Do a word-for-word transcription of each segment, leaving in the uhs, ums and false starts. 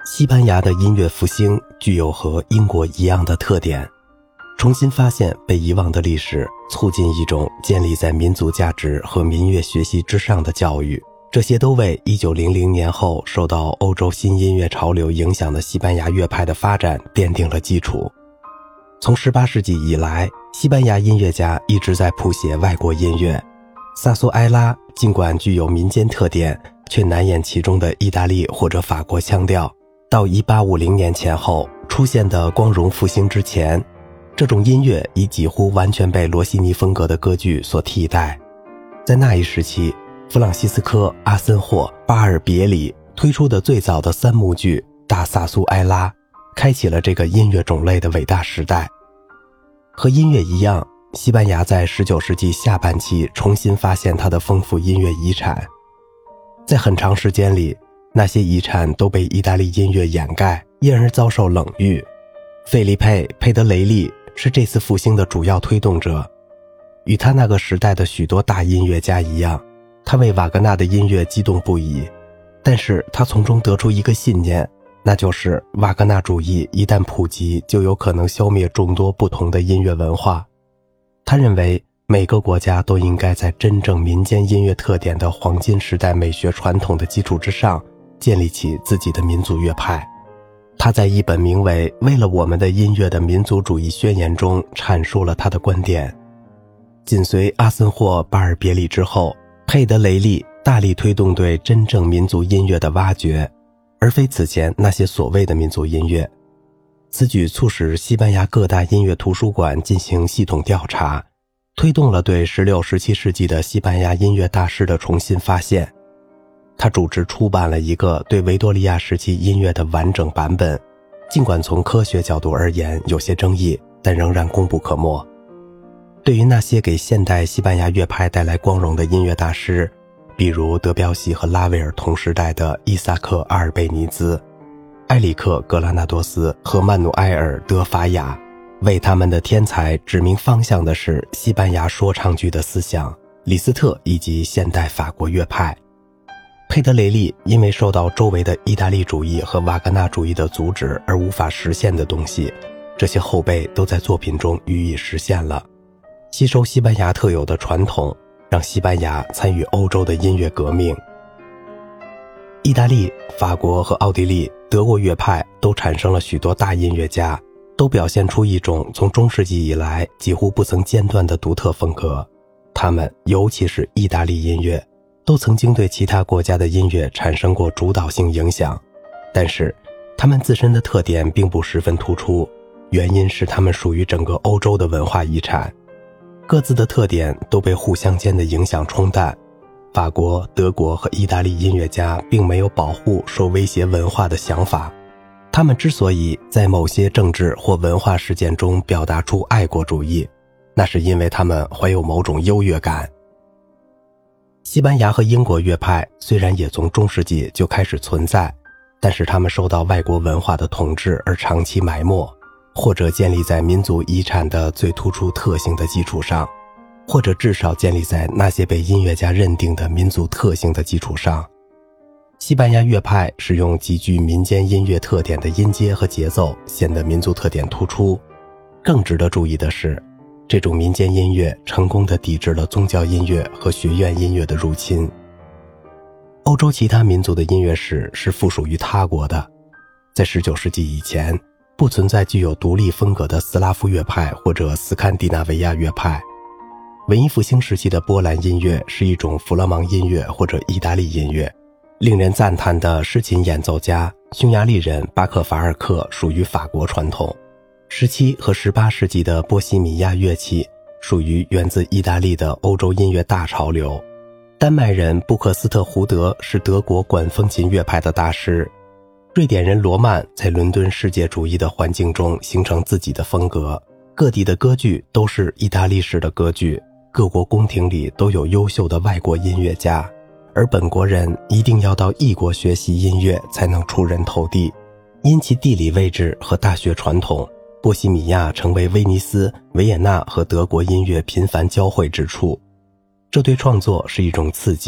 西班牙的音乐复兴具有和英国一样的特点，重新发现被遗忘的历史，促进一种建立在民族价值和民乐学习之上的教育，这些都为一九零零年后受到欧洲新音乐潮流影响的西班牙乐派的发展奠定了基础。从十八世纪以来，西班牙音乐家一直在谱写外国音乐。萨苏埃拉尽管具有民间特点，却难掩其中的意大利或者法国腔调。到一八五零年前后出现的光荣复兴之前，这种音乐已几乎完全被罗西尼风格的歌剧所替代。在那一时期，弗朗西斯科·阿森霍·巴尔别里推出的最早的三幕剧《大萨苏埃拉》开启了这个音乐种类的伟大时代。和音乐一样，西班牙在十九世纪下半期重新发现它的丰富音乐遗产。在很长时间里，那些遗产都被意大利音乐掩盖，因而遭受冷遇。费利佩·佩德雷利是这次复兴的主要推动者。与他那个时代的许多大音乐家一样，他为瓦格纳的音乐激动不已，但是他从中得出一个信念，那就是瓦格纳主义一旦普及，就有可能消灭众多不同的音乐文化。他认为每个国家都应该在真正民间音乐特点的黄金时代美学传统的基础之上建立起自己的民族乐派。他在一本名为《为了我们的音乐的民族主义宣言》中阐述了他的观点。紧随阿森霍·巴尔别里之后，佩德雷利大力推动对真正民族音乐的挖掘，而非此前那些所谓的民族音乐。此举促使西班牙各大音乐图书馆进行系统调查，推动了对十六、十七世纪的西班牙音乐大师的重新发现。他主持出版了一个对维多利亚时期音乐的完整版本，尽管从科学角度而言有些争议，但仍然功不可没。对于那些给现代西班牙乐派带来光荣的音乐大师，比如德彪西和拉威尔同时代的伊萨克·阿尔贝尼兹、埃里克·格拉纳多斯和曼努埃尔·德法雅，为他们的天才指明方向的是西班牙说唱剧的思想、李斯特以及现代法国乐派。佩德雷利因为受到周围的意大利主义和瓦格纳主义的阻止而无法实现的东西，这些后辈都在作品中予以实现了。吸收西班牙特有的传统，让西班牙参与欧洲的音乐革命。意大利、法国和奥地利、德国乐派都产生了许多大音乐家，都表现出一种从中世纪以来几乎不曾间断的独特风格。他们，尤其是意大利音乐，都曾经对其他国家的音乐产生过主导性影响，但是他们自身的特点并不十分突出，原因是他们属于整个欧洲的文化遗产，各自的特点都被互相间的影响冲淡。法国、德国和意大利音乐家并没有保护受威胁文化的想法，他们之所以在某些政治或文化事件中表达出爱国主义，那是因为他们怀有某种优越感。西班牙和英国乐派虽然也从中世纪就开始存在，但是他们受到外国文化的统治而长期埋没，或者建立在民族遗产的最突出特性的基础上，或者至少建立在那些被音乐家认定的民族特性的基础上。西班牙乐派使用极具民间音乐特点的音阶和节奏，显得民族特点突出。更值得注意的是，这种民间音乐成功地抵制了宗教音乐和学院音乐的入侵。欧洲其他民族的音乐史是附属于他国的，在十九世纪以前，不存在具有独立风格的斯拉夫乐派或者斯堪的纳维亚乐派。文艺复兴时期的波兰音乐是一种弗勒芒音乐或者意大利音乐。令人赞叹的诗琴演奏家匈牙利人巴克法尔克属于法国传统。十七和十八世纪的波西米亚乐器属于源自意大利的欧洲音乐大潮流。丹麦人布克斯特胡德是德国管风琴乐派的大师。瑞典人罗曼在伦敦世界主义的环境中形成自己的风格。各地的歌剧都是意大利式的歌剧，各国宫廷里都有优秀的外国音乐家，而本国人一定要到异国学习音乐才能出人头地。因其地理位置和大学传统，波西米亚成为威尼斯、维也纳和德国音乐频繁交汇之处。这对创作是一种刺激，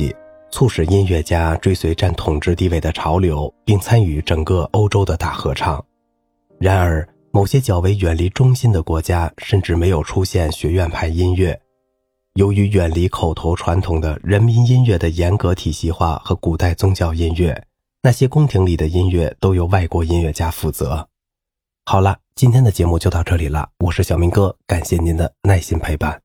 促使音乐家追随占统治地位的潮流，并参与整个欧洲的大合唱。然而，某些较为远离中心的国家甚至没有出现学院派音乐。由于远离口头传统的人民音乐的严格体系化和古代宗教音乐，那些宫廷里的音乐都由外国音乐家负责。好了，今天的节目就到这里了，我是小明哥，感谢您的耐心陪伴。